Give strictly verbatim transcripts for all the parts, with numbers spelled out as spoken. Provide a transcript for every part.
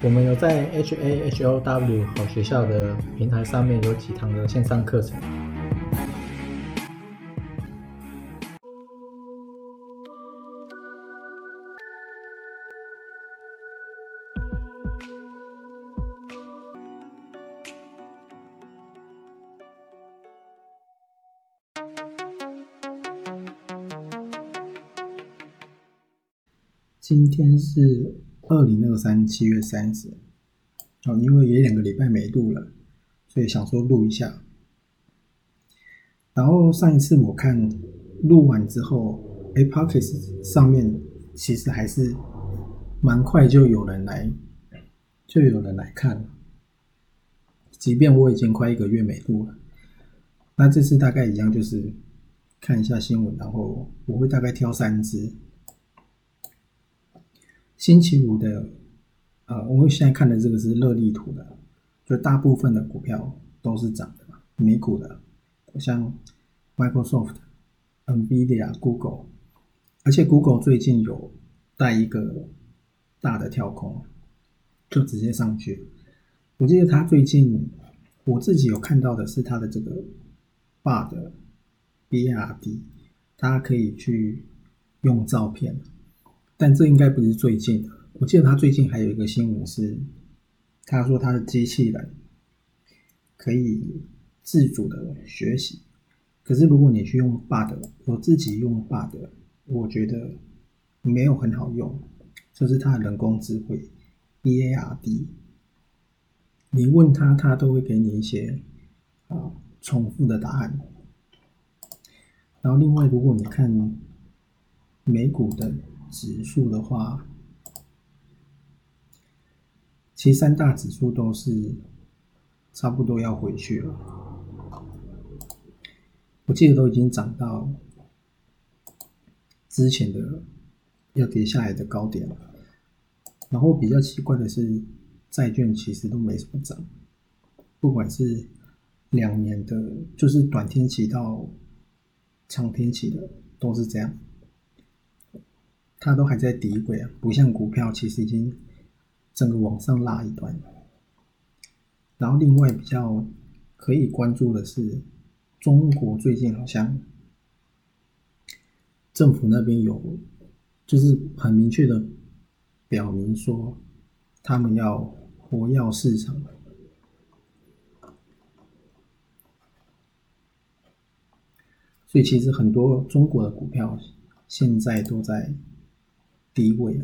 我们有在 H A H O W 好学校的平台上面有几堂的线上课程。今天是二零二三七月三十，哦，因为也两个礼拜没录了，所以想说录一下。然后上一次我看录完之后，哎 ，Podcast 上面其实还是蛮快就有人来，就有人来看了。即便我已经快一个月没录了，那这次大概一样，就是看一下新闻，然后我会大概挑三支。星期五的，呃，我现在看的这个是热力图的，就大部分的股票都是涨的嘛，美股的，像 Microsoft、Nvidia、Google， 而且 Google 最近有带一个大的跳空，就直接上去。我记得他最近，我自己有看到的是他的这个 B A R D，B A R D， 它可以去用照片。但这应该不是最近的，我记得他最近还有一个新闻是，他说他的机器人可以自主的学习，可是如果你去用 B A R D， 我自己用 B A R D， 我觉得没有很好用，就是它的人工智慧 B A R D， 你问他，他都会给你一些、呃、重复的答案。然后另外，如果你看美股的指数的话，其实三大指数都是差不多要回去了，我记得都已经涨到之前的要跌下来的高点了。然后比较奇怪的是，债券其实都没什么涨，不管是两年的，就是短天期到长天期的，都是这样。它都还在低轨啊，不像股票其实已经整个往上拉一段。然后另外比较可以关注的是，中国最近好像政府那边有就是很明确的表明说，他们要活跃市场。所以其实很多中国的股票现在都在低位。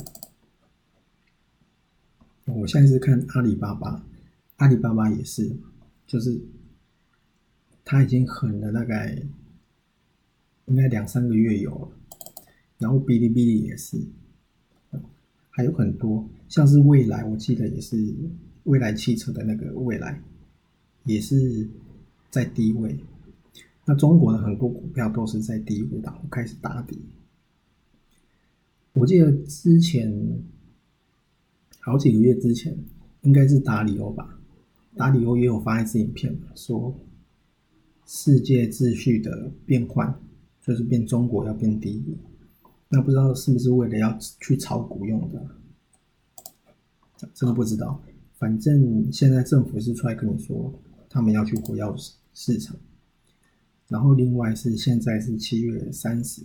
我现在是看阿里巴巴，阿里巴巴也是，就是它已经狠了大概应该两三个月有了，然后哔哩哔哩也是，还有很多像是蔚来，我记得也是蔚来汽车的那个蔚来也是在低位。那中国的很多股票都是在低位，然后开始打底。我记得之前好几个月之前，应该是达里欧吧，达里欧也有发一支影片，说世界秩序的变换，就是变中国要变低位。那不知道是不是为了要去炒股用的，真的不知道。反正现在政府是出来跟你说，他们要去活跃市场。然后另外是现在是七月三十，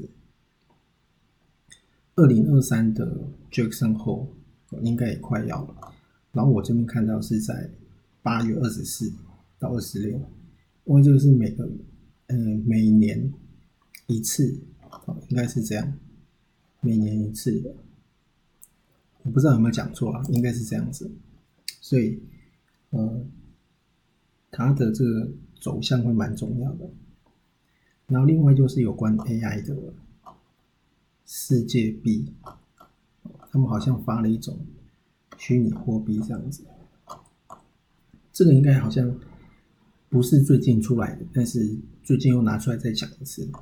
二零二三的 Jackson Hole 应该也快要了。然后我这边看到是在八月二十四到二十六，因为这个是每个嗯每年一次，应该是这样，每年一次的。我不知道有没有讲错啊，应该是这样子。所以呃，它的这个走向会蛮重要的。然后另外就是有关 A I 的世界币，他们好像发了一种虚拟货币这样子。这个应该好像不是最近出来的，但是最近又拿出来再讲一次。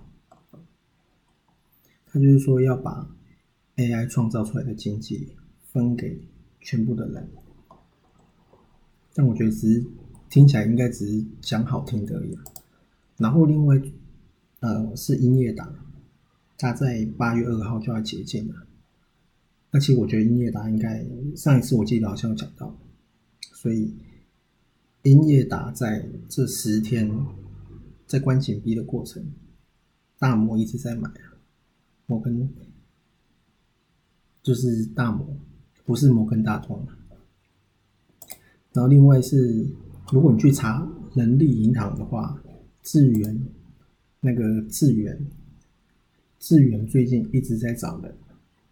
他就是说要把 A I 创造出来的经济分给全部的人，但我觉得只是听起来应该只是讲好听的而已。然后另外呃是英业达，他在八月二号就要解禁了。 那其实我觉得英业达应该上一次我记得好像有讲到，所以英业达在这十天在关紧闭的过程，大摩一直在买啊，摩根就是大摩，不是摩根大通。然后另外是，如果你去查人力银行的话，智源那个智源，智源最近一直在找人，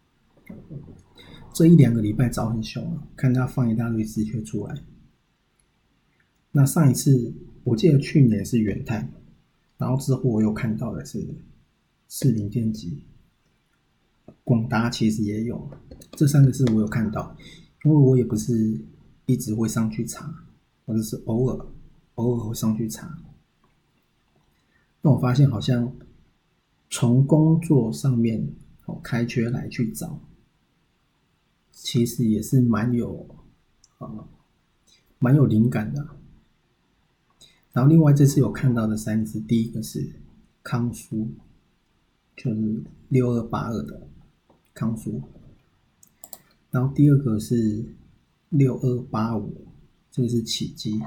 这一两个礼拜找很凶啊，看他放一大堆资讯出来。那上一次我记得去年是元泰，然后之后我有看到的是士林电机，广达其实也有，这三个是我有看到，因为我也不是一直会上去查，或者是偶尔偶尔会上去查。那我发现好像从工作上面哦开缺来去找，其实也是蛮有呃蛮有灵感的。然后另外这次有看到的三只，第一个是康舒，就是六二八二的康舒，然后第二个是六二八五，这个是启基。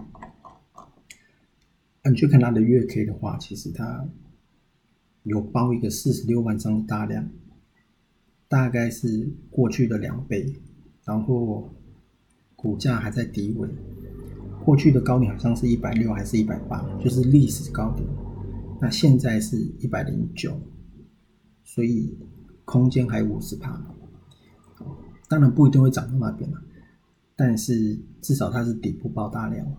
啊、你去看它的月 K 的话，其实它有包一个四十六万张的大量，大概是过去的两倍，然后股价还在低位。过去的高点好像是一百六还是一百八，就是历史高点。那现在是一百零九，所以空间还有 百分之五十。当然不一定会涨到那边，但是至少它是底部爆大量。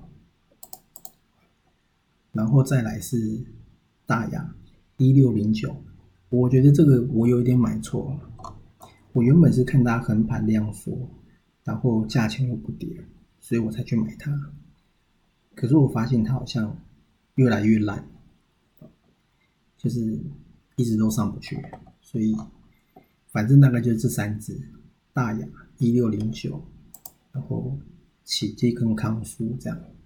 然后再来是大亚一六零九，我觉得这个我有一点买错。我原本是看它横盘量缩，然后价钱又不跌，所以我才去买它。可是我发现它好像越来越烂，就是一直都上不去，所以反正大概就是这三只：大亚一六零九，然后启基跟康舒这样。